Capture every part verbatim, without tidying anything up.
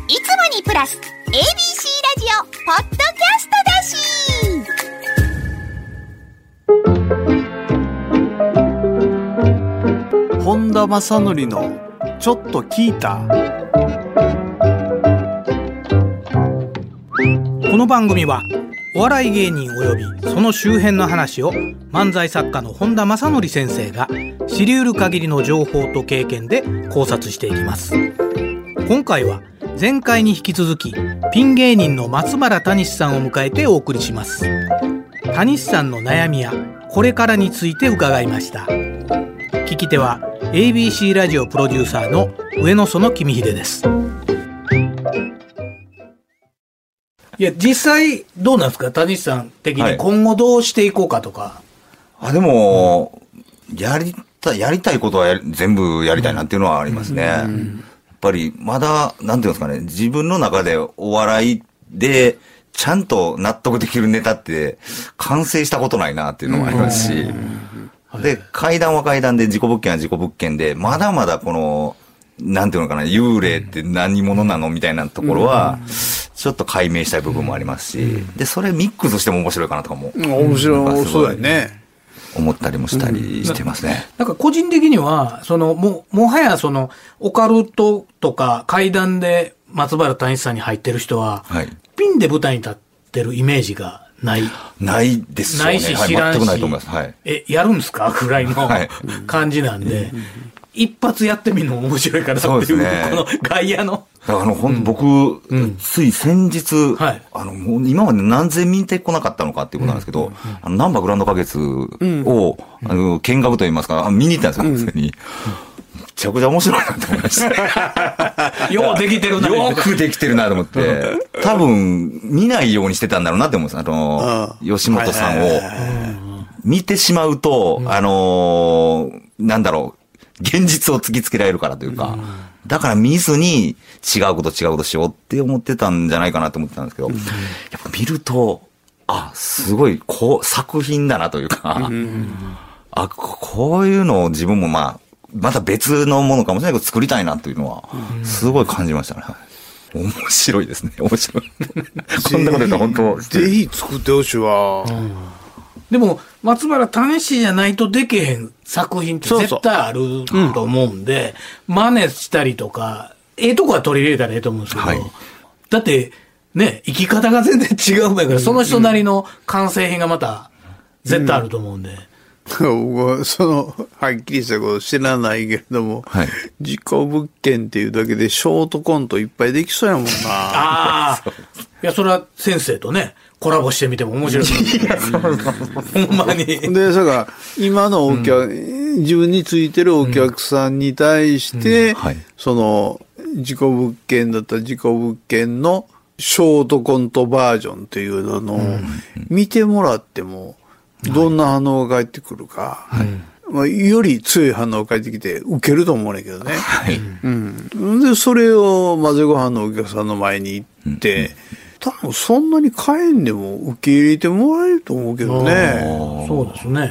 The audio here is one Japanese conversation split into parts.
いつもにプラス エービーシー ラジオポッドキャストだし。本田正則のちょっと聞いた。 この番組はお笑い芸人およびその周辺の話を漫才作家の本田正則先生が知り得る限りの情報と経験で考察していきます。今回は前回に引き続きピン芸人の松原谷志さんを迎えてお送りします。谷志さんの悩みやこれからについて伺いました。聞き手は エービーシー ラジオプロデューサーの上野園公秀です。いや実際どうなんですか、谷志さん的に今後どうしていこうかとか。 はい、あでも、うん、やりたいやりたいことはやり全部やりたいなっていうのはありますね。うんうん、やっぱりまだなんていうんですかね、自分の中でお笑いでちゃんと納得できるネタって完成したことないなっていうのもありますし、うん、で怪談は怪談で自己物件は自己物件でまだまだこのなんていうのかな、幽霊って何者なのみたいなところはちょっと解明したい部分もありますし、でそれミックスしても面白いかなとかも、 面白そうだよね、 思ったりもしたりしてますね。 うん、なんか個人的にはそのももはやそのオカルトとか怪談で松原谷志さんに入ってる人は、はい、ピンで舞台に立ってるイメージがないないですよね。 ないし知らんし、 はい、全くないと思います。はい、 えやるんですかぐらいの感じなんで。一発やってみるのも面白いかなっていう、そうですね、この外野の。 だからあの、ほん、うん、僕、うん、つい先日、はい、あの、もう今まで何千見てこなかったのかっていうことなんですけど、うんうん、あの、ナンバーグランド花月を、うん、あの、見学といいますか、見に行ったんですよ、普通に。めちゃくちゃ面白いなと思いました。 ようできてるな。 よくできてるなと思って、多分、見ないようにしてたんだろうなって思うんです。あの、吉本さんを。見てしまうと、あの、なんだろう、現実を突きつけられるからというか、うん、だから見ずに違うこと違うことしようって思ってたんじゃないかなと思ってたんですけど、うん、やっぱ見ると、あ、すごいこう作品だなというか、うん、あ、こういうのを自分もまあ、また別のものかもしれないけど作りたいなというのは、すごい感じましたね。面白いですね。面白い。こんなこと言ったら本当。 ぜひ作ってほしいわ。うんでも、松原谷志じゃないとできへん作品って絶対あると思うんで、そうそう、うん、真似したりとか、ええとこは取り入れたらええと思うんですけど、はい、だって、ね、生き方が全然違うもんやから、その人なりの完成品がまた絶対あると思うんで。 うん、僕はその、はっきりしたこと知らないけれども、はい、自己物件っていうだけでショートコントいっぱいできそうやもんな。 ああ。いや、それは先生とね、コラボしてみても面白い。ほんまに。 で、それから今のお客、うん、自分についてるお客さんに対して、うんうんはい、その、自己物件だったら自己物件のショートコントバージョンっていうのを見てもらっても、どんな反応が返ってくるか、はいまあ、より強い反応が返ってきて受けると思うんだけどね。はいうん、で、それを混ぜご飯のお客さんの前に行って、うん多分そんなに買えんでも受け入れてもらえると思うけどね。 そうですね。 うん。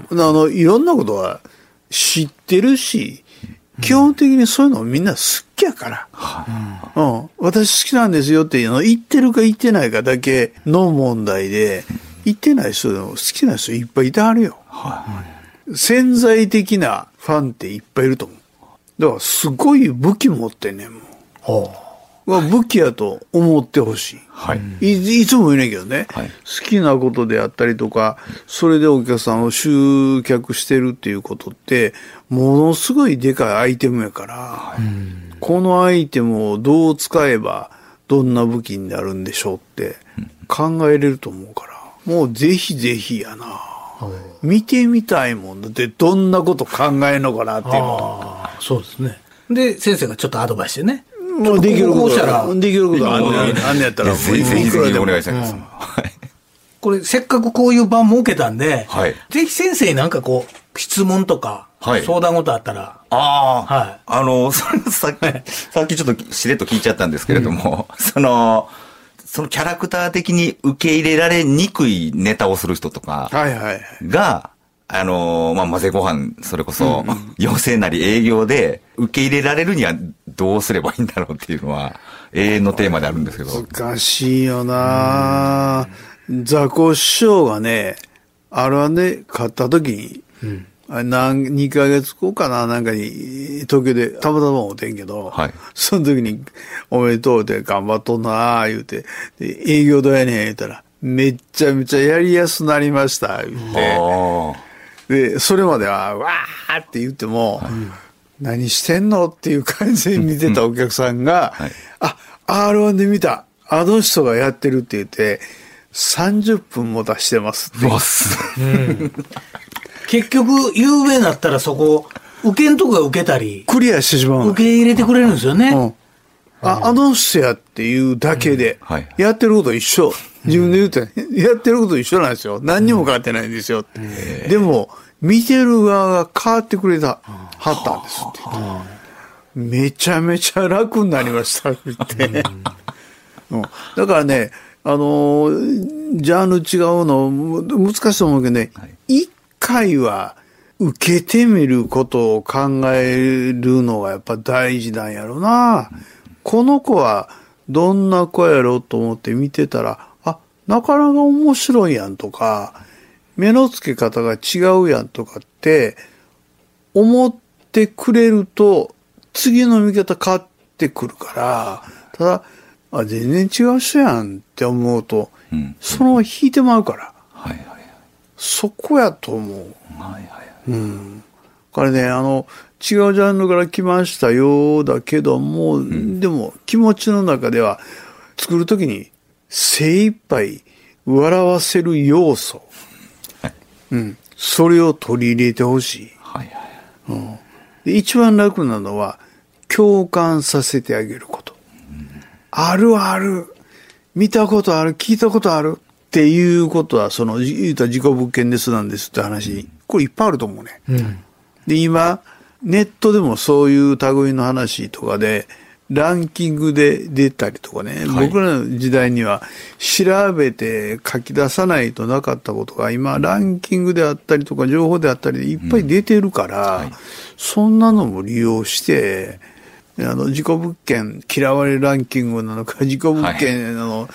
あの、いろんなことは知ってるし、基本的にそういうのみんな好きやから。うん。うん、私好きなんですよっていうの言ってるか言ってないかだけの問題で、言ってない人でも好きな人いっぱいいてはるよ。はい、潜在的なファンっていっぱいいると思う。だからすごい武器持ってんねんもん。はあは武器やと思ってほしい。はい、い。いつも言うねんけどね、はい。好きなことであったりとか、それでお客さんを集客してるっていうことって、ものすごいでかいアイテムやから、はい、このアイテムをどう使えばどんな武器になるんでしょうって考えれると思うから、もうぜひぜひやな。はい、見てみたいもんだってどんなこと考えるのかなっていうの。 あそうですね。で、先生がちょっとアドバイスしてね。 もうできることしたらできることあんねあんねやったらぜひぜひお願いしたいです。 これせっかくこういう場設けたんで、はい、ぜひ先生になんかこう質問とか、はい、相談事あったら、 ああ、はい、あのそれさっき、はい、さっきちょっとしれっと聞いちゃったんですけれども、うん、そのそのキャラクター的に受け入れられにくいネタをする人とかが、はいはい、 あのー、まあ、混ぜご飯、それこそ、うんうん、要請なり営業で受け入れられるにはどうすればいいんだろうっていうのは、永遠のテーマであるんですけど。 難しいよなぁ。ザコ師匠がね、あれはね、買った時に、うん何、にかげつごかななんかに、東京でたまたま会うてんけど、はい、その時に、おめでとうって頑張っとんな言うて、で営業どうやねん言うたら、めっちゃめちゃやりやすなりました言って、で、それまでは、わーって言っても、はい、何してんのっていう感じで見てたお客さんが、はい、あ、アールワン で見た、あの人がやってるって言って、さんじゅっぷんも出してますって。 うん結局、有名だったらそこ、受けんとこが受けたり。 クリアしてしまう。 受け入れてくれるんですよね。うん、 あ, あの人やっていうだけで、うんはい、やってること一緒。自分で言うと、うん、やってること一緒なんですよ。何にも変わってないんですよ。うん、でも、見てる側が変わってくれた、はったんですって。めちゃめちゃ楽になりましたって言って。うん、だからね、あのー、ジャンル違うの、難しいと思うけどね、はい一回は受けてみることを考えるのがやっぱ大事なんやろな。うん、この子はどんな子やろうと思って見てたら、あ、なかなか面白いやんとか、目の付け方が違うやんとかって思ってくれると次の見方変わってくるから、ただ、あ、全然違う人やんって思うと、うん、そのまま引いてまうから。はいはいそこやと思う。はいはい。うん。これね、あの、違うジャンルから来ましたよだけども、うん、でも気持ちの中では作るときに精一杯笑わせる要素。はい。うん。それを取り入れてほしい。はいはい。うん。で、一番楽なのは共感させてあげること。うん、あるある。見たことある。聞いたことある。っていうことは、その、言うたら自己物件ですなんですって話、これいっぱいあると思うね。うん、で、今、ネットでもそういう類の話とかで、ランキングで出たりとかね、はい、僕らの時代には調べて書き出さないとなかったことが、今、ランキングであったりとか、情報であったりでいっぱい出てるから、うんはい、そんなのも利用して、あの、自己物件嫌われランキングなのか、自己物件の、はい、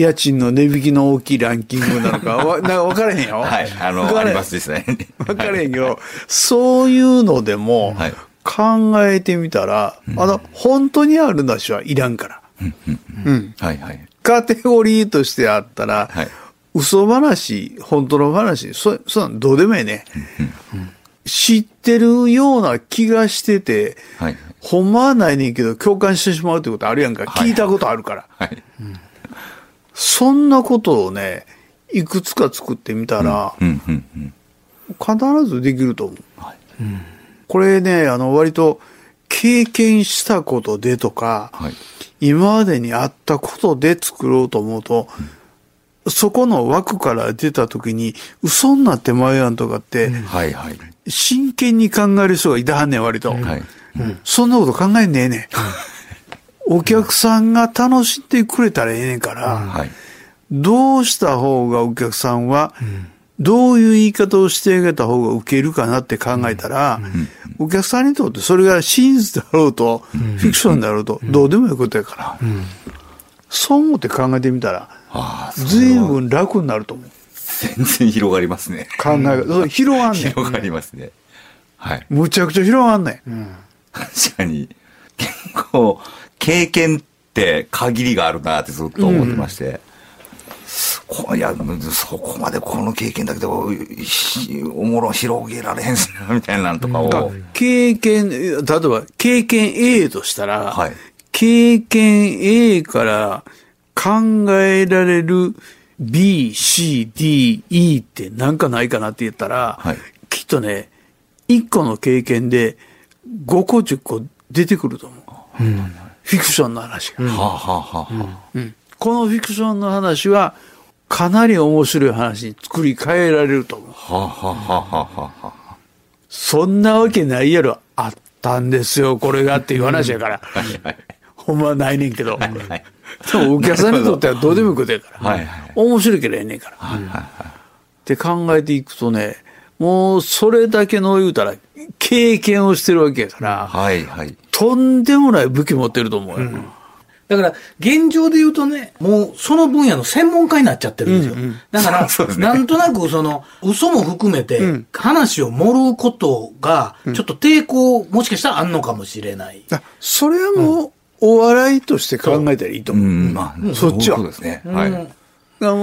家賃の値引きの大きいランキングなのか、わ、なんか分からへんよ。 はい、あの、ありますですね。 分からへんけど、はい、そういうのでも、考えてみたら、はい、あの、本当にあるなしはいらんから。うん。うん。はいはい。カテゴリーとしてあったら、はい、嘘話、本当の話、そ、そんなんどうでもええね。うん知ってるような気がしてて、はい、ほんまはないねんけど共感してしまうってことあるやんか。はい、聞いたことあるから、はいうん。そんなことをね、いくつか作ってみたら、うんうんうんうん、必ずできると思う。はいうん、これね、あの、割と経験したことでとか、はい、今までにあったことで作ろうと思うと、うん、そこの枠から出た時に嘘になってまうやんとかって、うんはいはい真剣に考える人がいたはんねん、割と。はいうん、そんなこと考えんねえねん。お客さんが楽しんでくれたらええねんから、うんはい、どうした方がお客さんは、うん、どういう言い方をしてあげた方が受けるかなって考えたら、うん、お客さんにとってそれが真実だろうと、うん、フィクションだろうと、どうでもいいことやから、うん、そう思って考えてみたら、随分楽になると思う。 全然広がりますね。 考えが、広がんねん。 広がりますね。はい。 むちゃくちゃ広がんねん。うん、 確かに、結構、経験って限りがあるなってずっと思ってまして。うん、こいや、そこまでこの経験だけでおもろ広げられへんすな、みたいなのとかを。 経験、例えば、経験 A としたら、はい、経験 A から考えられるB、C、D、E ってなんかないかなって言ったら、はい、きっとね、いっこの経験でごこじゅっこ出てくると思う。うん、フィクションの話が、うんはあはあうん。このフィクションの話はかなり面白い話に作り変えられると思う。はあはあはあはあ、そんなわけないやろ。あったんですよ、これがっていう話やから。はいはい、ほんまはないねんけど。はいはいでもお客さんにとってはどうでもいいことやから、はいはい、面白いけどええねんから、はいはいはい、って考えていくとね、 もうそれだけの言うたら経験をしてるわけやから、 はいはい、 とんでもない武器持ってると思うよ、うん、 だから現状で言うとね、もうその分野の専門家になっちゃってるんですよ、うんうん、だから、ね、なんとなくその嘘も含めて話を盛ることがちょっと抵抗もしかしたらあんのかもしれない、 うん、それはもうお笑いとして考えたらいいと思う、うん、まあ、そっちはそうですね、はい、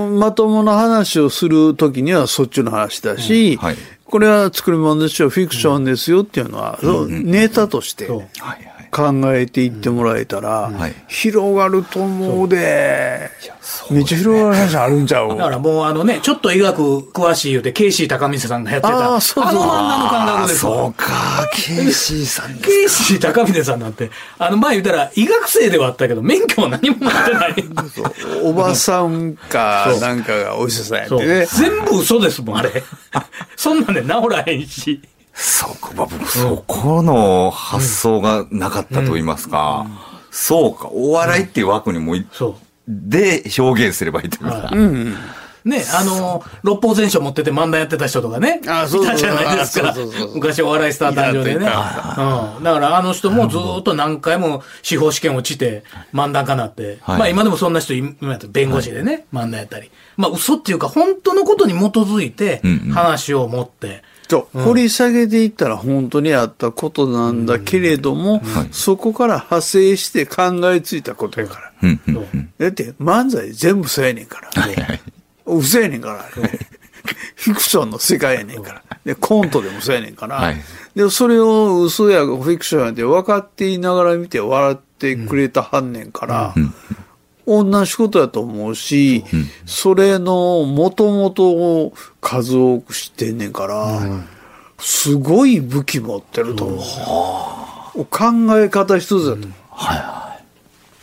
まともな話をするときにはそっちの話だし、うん、はい、これは作り物ですよ、フィクションですよっていうのは、うん、ネタとして考えていってもらえたら、広がると思うで、めっちゃ広がる話あるんちゃう。 だからもうあのね、ちょっと医学詳しい言うて、ケイシー高見瀬さんがやってた、 あ, そうそうあの漫画の感覚ですよ。 そうか、ケイシーさんですか。 ケイシー高見瀬さんなんて、あの前言ったら医学生ではあったけど、免許は何も持ってない。 おばさんか、なんかがお医者さんやってね。 全部嘘ですもん、あれ。そんなんで治らへんし。 そうか、まあ、僕、そこの発想がなかったと言いますか。うんうん、そうか、お笑いっていう枠にもい、うん、そうで表現すればいいというか。うんうん、 ね、あの、六法全書持ってて漫談やってた人とかね。あそうそういたじゃないですか。そうそうそう昔お笑いスター誕生でね。うん。だからあの人もずっと何回も司法試験落ちて漫談家になって。はい、まあ今でもそんな人、今やったら弁護士でね、はい、漫談やったり。まあ嘘っていうか本当のことに基づいて話を持って。うんうんそう、うん、掘り下げていったら本当にあったことなんだけれども、うんはい、そこから派生して考えついたことやから。うんうん、だって漫才全部そうやねんから。はいはい、嘘やねんから、ね。フィクションの世界やねんから。で、コントでもそうやねんから。はい、で、それを嘘やフィクションやって分かっていながら見て笑ってくれたはんねんから、うんうん同じことだと思うし、うん、それの元々を数多く知ってんねんから、うん、すごい武器持ってると思う。うん、考え方一つだと思う。うんはいはい、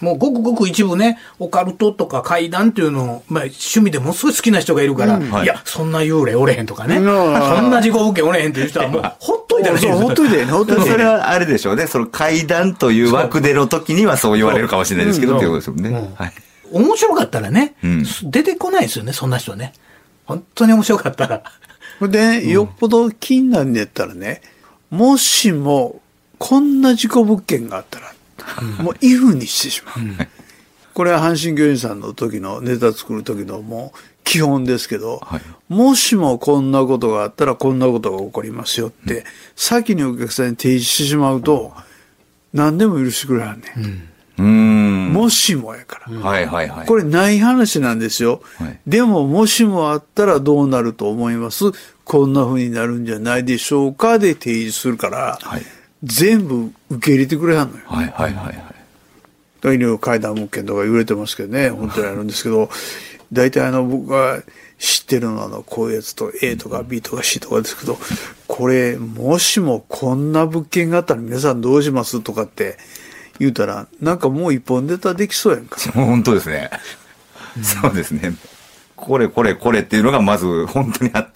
もうごくごく一部ね、オカルトとか怪談っていうのを、まあ、趣味でものすごい好きな人がいるから、うん、いや、そんな幽霊おれへんとかね、うん、そんな事故物件おれへんっていう人はもう、ほっといたらいいですよ。 ほっといてね、ほっといてね。 それはあれでしょうね。その怪談という枠での時にはそう言われるかもしれないですけど、っていうことですよね。うんはい面白かったらね、うん、出てこないですよね、そんな人ね。本当に面白かったら。 で、うん、よっぽど気になんねったらね、もしもこんな事故物件があったら、うん、もうイフにしてしまう。うん、これは阪神・巨人さんの時のネタ作る時のもう基本ですけど、はい、もしもこんなことがあったらこんなことが起こりますよって、うん、先にお客さんに提示してしまうと、何でも許してくれはんねん。うんうーんもしもやから、うんはいはいはい、これない話なんですよ、はい、でももしもあったらどうなると思います、こんな風になるんじゃないでしょうかで提示するから、はい、全部受け入れてくれはんのよ。はいはいはいはい。いろいろ怪談物件とか言われてますけどね、本当にあるんですけど、大体あの僕が知ってるのはあのこういうやつと A とか B とか C とかですけど、これもしもこんな物件があったら皆さんどうしますとかって言うたら、なんかもう一本ネタできそうやんか。 本当ですね。うん、そうですね。これこれこれっていうのがまず本当にあって、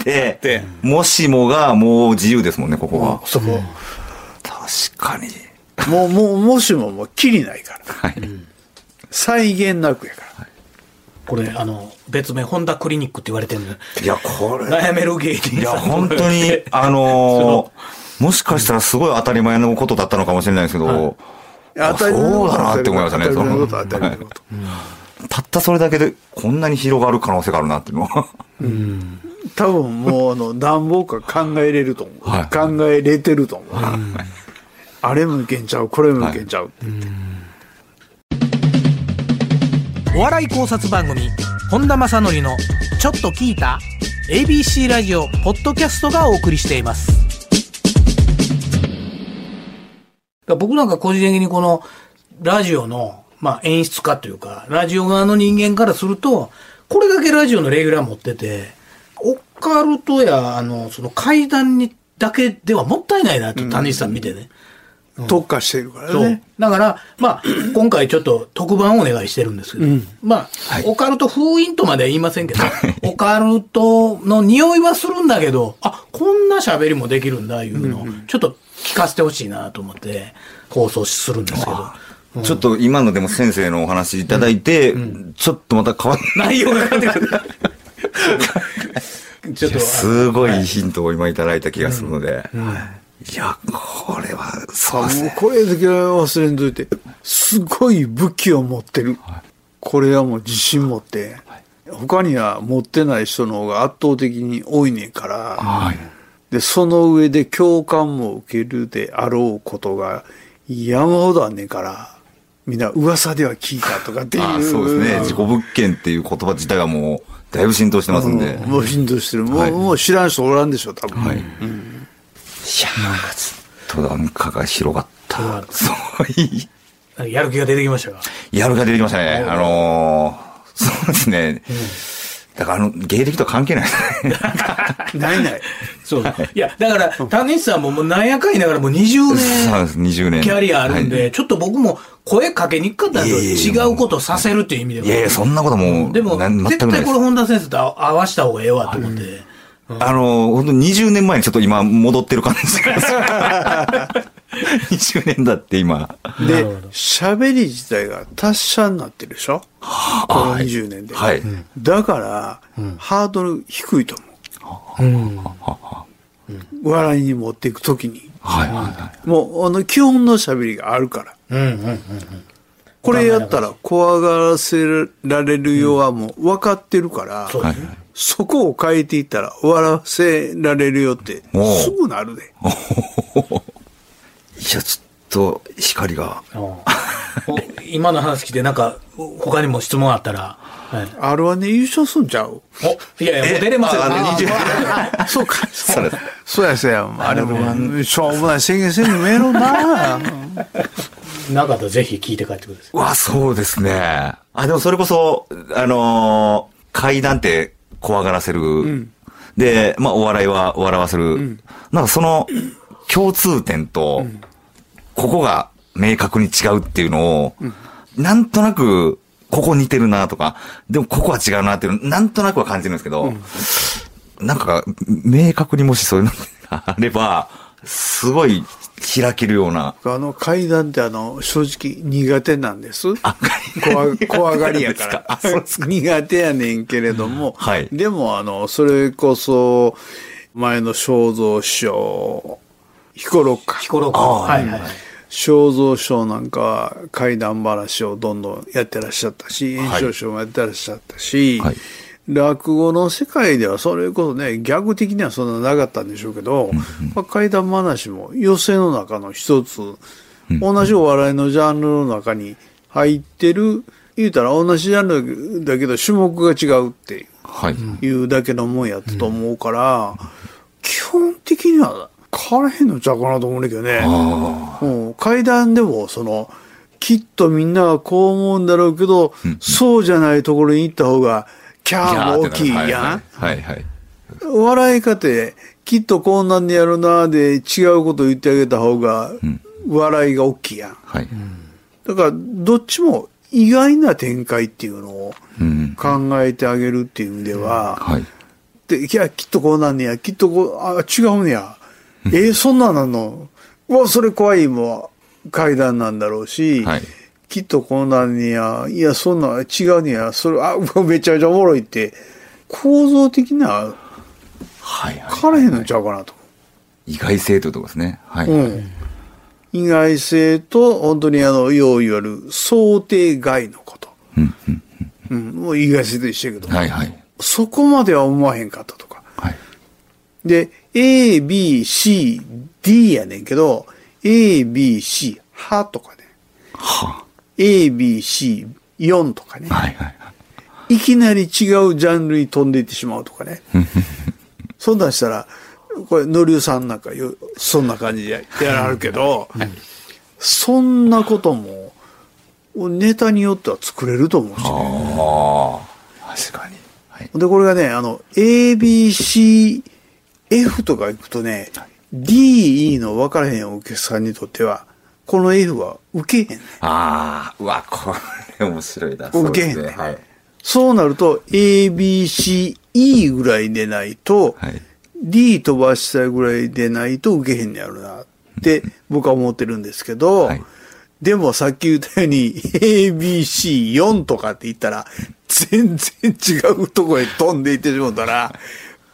でもしもがもう自由ですもんね、ここは。 そこ。 確かに。 もう、もう、もしももうきりないから。はい。際限なくやから。はい、 これ、あの、別名、ホンダクリニックって言われてるの。 いや、これ。 悩める芸人さん。 いや、本当に、あのー、もしかしたらすごい当たり前のことだったのかもしれないですけど、はい当たり前のことそうだなって思いましたね。当たり前のこと当たり前のこと。 たったそれだけでこんなに広がる可能性があるなっていうのは。うん。 多分もうあの何本か考えれると思う。はい、考えれてると思う。はい、あれもいけんちゃう、これもいけんちゃう。はい、 お笑い考察番組本田正則のちょっと聞いた エービーシー ラジオポッドキャストがお送りしています。僕なんか個人的にこのラジオの、まあ、演出家というか、ラジオ側の人間からすると、これだけラジオのレギュラー持ってて、オカルトや、あの、その怪談にだけではもったいないなと、谷さん見てね。 うん、特化してるからね。そう。 だから、まあ、今回ちょっと特番をお願いしてるんですけど、うん、まあ、はい、オカルト封印とまでは言いませんけど、オカルトの匂いはするんだけど、あ、こんな喋りもできるんだ、いうのを、ちょっと、聞かせてほしいなと思って放送するんですけど、 うん、ちょっと今のでも先生のお話いただいて、うんうん、ちょっとまた変わん内容が変わってくるちょっと。 すごいヒントを今いただいた気がするので。うんうん、いや、これは、そうですね。 これだけは忘れんといて、すごい武器を持ってる。はい、これはもう自信持って、はい、他には持ってない人の方が圧倒的に多いねんから、はい、で、その上で共感も受けるであろうことが山ほどあんねんから、みんな噂では聞いたとかっていう。 ああ、そうですね。事故物件っていう言葉自体がもう、だいぶ浸透してますんで。 うん、もう浸透してる。もう、はい、もう知らん人おらんでしょ、多分。はい。うん、いやー、ずっとなんかが広がった。そういい。やる気が出てきましたか？ やる気が出てきましたね。あのー、そうですね。うん、だからあの、芸歴と関係ないですね。ないない。 そう。はい、いや、だから、谷西さんももうなんやかんやからもうにじゅうねん。 そうです、にじゅうねん。 キャリアあるんで、はい、ちょっと僕も声かけにくかったんですよ。違うことさせるっていう意味では。 いやいや、そんなこともう。 でも、絶対これ本田先生と合わした方がええわと思って。はい、 うん、あの、本当にじゅうねんまえにちょっと今戻ってる感じが。にじゅうねんだって今。 で、喋り自体が達者になってるでしょ、このにじゅうねんで。はい。だから、うん、ハードル低いと思う。うん、笑いに持っていくときに。はいはい、もう、あの、基本の喋りがあるから。うんうんうんうん、これやったら怖がらせられるようはもう分かってるから、うん、そこを変えていったら笑わせられるよってすぐなるで。 いや、ちょっと光が。 今の話聞いてなんか他にも質問あったら。 はい、アールワン で優勝すんちゃう？ お、いやいや、もう出れますよ。 そうか。そうや、そうや、そうや。あれも、しょうもない宣言せんでもええのな。 なかったらぜひ聞いて帰ってください。 わ、そうですね。あ、でもそれこそ、あのー、怪談って怖がらせる。うん、で、まあ、お笑いは笑わせる。うん、なんかその共通点と、うん、ここが明確に違うっていうのを、うん、なんとなく、ここ似てるなとか、でもここは違うなっていうの、なんとなくは感じるんですけど、うん、なんか、明確にもしそういうのがあれば、すごい開けるような。 あの、階段ってあの、正直苦手なんです。あ、怖、怖がりやから。あ、そうですか。苦手やねんけれども、はい。でもあの、それこそ、前の正蔵師匠、彦六か。 彦六。はいはい。 正蔵師匠なんかは怪談話をどんどんやってらっしゃったし、圓生師匠もやってらっしゃったし、はい、落語の世界ではそれこそね、ギャグ的にはそんななかったんでしょうけど、まあ、怪談話も寄席の中の一つ、同じお笑いのジャンルの中に入ってる、言うたら同じジャンルだけど種目が違うっていう、はい、いうだけのもんやったと思うから、基本的には変わらへんのちゃうかなと思うんだけどね。もう階段でもそのきっとみんなはこう思うんだろうけど、うんうん、そうじゃないところに行った方がキャーも大きいやん。はいはい。笑い方できっとこんなんでやるなで違うことを言ってあげた方が笑いが大きいやん。はい。だからどっちも意外な展開っていうのを考えてあげるっていう意味では、うんはい、でいやきっとこうなんねやきっとこうあ違うねや。えー、そんなんなんのわそれ怖いも階段なんだろうし、はい、きっとこんなんにやいやそんなん違うにやそれあめちゃめちゃおもろいって構造的な変わらへんのちゃうかなと、 意外性というところですね、はいうん、 意外性と本当にあのよう言われる想定外のこと、うんうんうん、もう意外性と一緒やけど、はいはい、そこまでは思わへんかったとか、はい、でA, B, C, D やねんけど、A, B, C、はとかね。は A, B, C、よんとかね。はいはいはい。いきなり違うジャンルに飛んでいってしまうとかね。そんなんしたら、これ、のりゅうさんなんかそんな感じでやらはるけど、はい、そんなことも、ネタによっては作れると思うしね。ああ、確かに。はい、で、これがね、あの、A, B, C、F とか行くとね、D、E の分からへんお客さんにとっては、この F は受けへんねん。 ああ、うわ、これ面白いな。 受けへんねん。はい、そうなると、A、B、C、E ぐらいでないと、はい、D 飛ばしたぐらいでないと受けへんねやろなって、僕は思ってるんですけど、はい、でもさっき言ったように A、B、C、よんとかって言ったら、全然違うとこへ飛んでいってしまったら、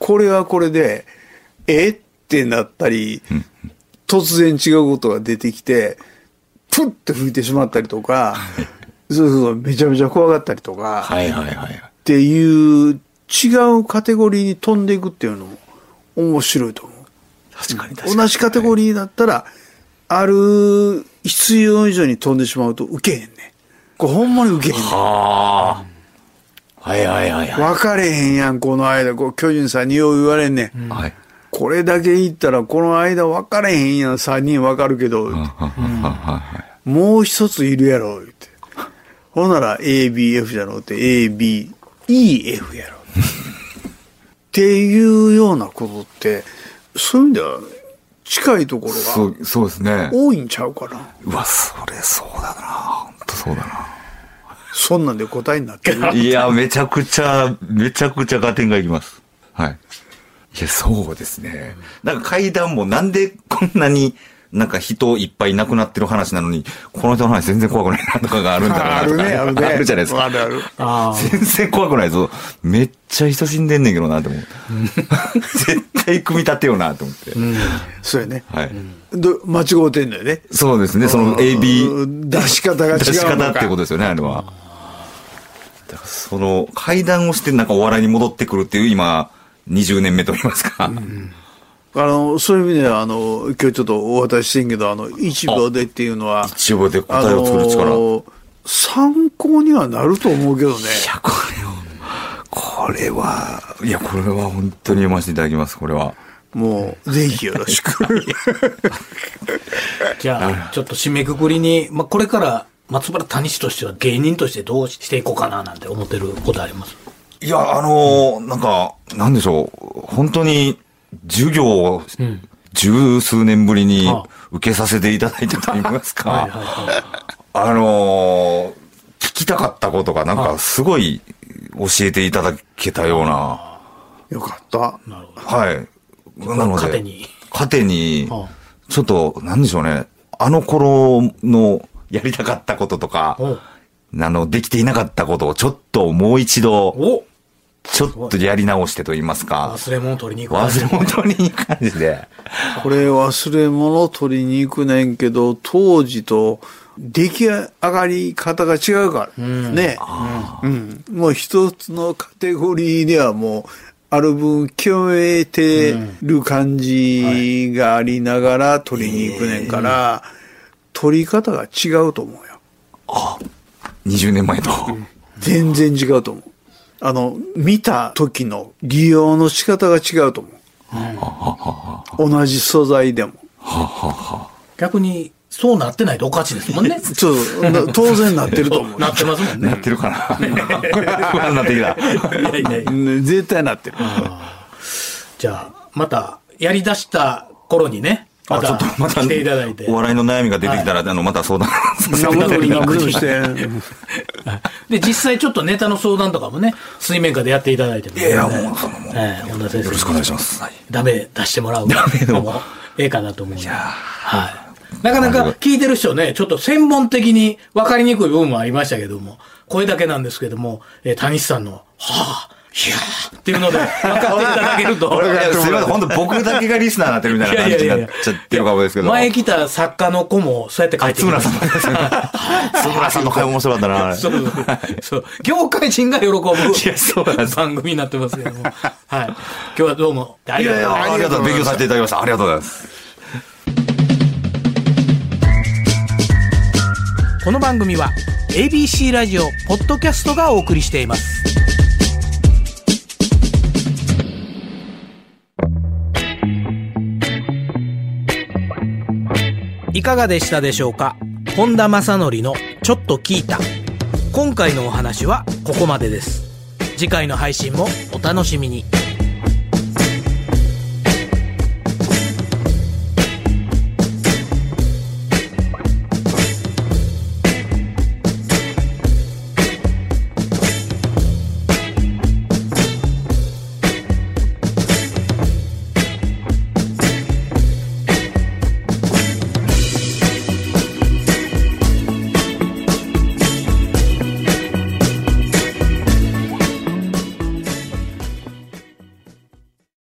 これはこれで、えってなったり、突然違うことが出てきて、プッて吹いてしまったりとか、そうそうめちゃめちゃ怖がったりとか、 はいはいはい。 っていう違うカテゴリーに飛んでいくっていうのも面白いと思う。 確かに確かに。 同じカテゴリーだったら、ある必要以上に飛んでしまうと受けへんねん。これほんまに受けへんねん。 はあ。はいはいはいはい。 分かれへんやん、この間。こう巨人さんによう言われんねん。うん、はい。これだけ言ったら、この間分かれへんやん、さんにん分かるけど。うん、もう一ついるやろ、言って。ほんなら エービーエフ じゃなくて エービーイーエフ やろ。っていうようなことって、そういう意味では近いところがそう、そうですね。多いんちゃうかな。 うわ、それそうだな。本当そうだな。 そんなんで答えになってる。 いや、めちゃくちゃ、めちゃくちゃ合点がいきます。はい。いや、そうですね。なんか階段もなんでこんなになんか人いっぱい亡くなってる話なのに、この人の話全然怖くないなとかがあるんだろうなとか。あるね、あるね。あるじゃないですか。 あるある。 全然怖くないぞ。めっちゃ人死んでんねんけどなと思う。絶対組み立てようなと思って。うん、 そうやね。 はい。 ど間違うてんのよね。 そうですね。その エービー。 出し方が違うのか。 出し方ってことですよね、あれは。だからその階段をしてなんかお笑いに戻ってくるっていう今、にじゅうねんめと言いますか。うんあの、そういう意味では、あの、今日ちょっとお渡ししてんけど、あの、いちびょうでっていうのは、 いちびょうで答えを作る力。あの参考にはなると思うけどね。いや、これは、これは、いや、これは本当に読ませていただきます、これは。 もう、ぜひよろしく。 じゃあ、ちょっと締めくくりに、まあ、これから松原谷氏としては芸人としてどうしていこうかななんて思ってることあります？ いや、あのー、なんか、なんでしょう、本当に、授業を十数年ぶりに受けさせていただいたと言いますか。あのー、聞きたかったことがなんかすごい教えていただけたような。 よかった。 なるほど。 はい。なので、 糧に。 糧に、ちょっと、なんでしょうね。あの頃のやりたかったこととか、あの、できていなかったことをちょっともう一度、おちょっとやり直してと言いますか。 忘れ物取りに行く感じ。忘れ物取りに行く感じで。 これ忘れ物取りに行くねんけど、当時と出来上がり方が違うから。うん、ね、うん。もう一つのカテゴリーではもう、ある分極めてる感じがありながら取りに行くねんから、取り方が違うと思うよ。 あ、にじゅうねんまえと。うん、 全然違うと思う。あの、見た時の利用の仕方が違うと思う。うん、同じ素材でも。 逆に、そうなってないとおかしいですもんね。 そう、当然なってると思う。 なってますもんね。 なってるかな。不安になってきた。 いやいやいや絶対なってる。 じゃあ、また、やり出した頃にね、また来ていただいて。 お笑いの悩みが出てきたら、はい、あの、また相談させていただきて。 で、実際ちょっとネタの相談とかもね、水面下でやっていただいても、ね。 いやいや、もう、そのもう、 えー、本田先生。 よろしくお願いします。 ダメ出してもらうのも、ええかなと思う。いやはい。なかなか聞いてる人ね、ちょっと専門的に分かりにくい部分もありましたけども、これだけなんですけども、えー、谷さんの、はぁ、いやーっていうので分かっていただけると。 いや、すいません、本当僕だけがリスナーになってるみたいな感じになっちゃってるかもですけど。 前来た作家の子もそうやって書いてくれた。 津村さん。津村さんの会面白かったな。 そう、そう。業界人が喜ぶ番組になってますけども。はい。今日はどうもありがとうございます。ありがとう。勉強させていただきました。ありがとうございます。 この番組は エービーシー ラジオポッドキャストがお送りしています。いかがでしたでしょうか。本田正則のちょっと聞いた。今回のお話はここまでです。次回の配信もお楽しみに。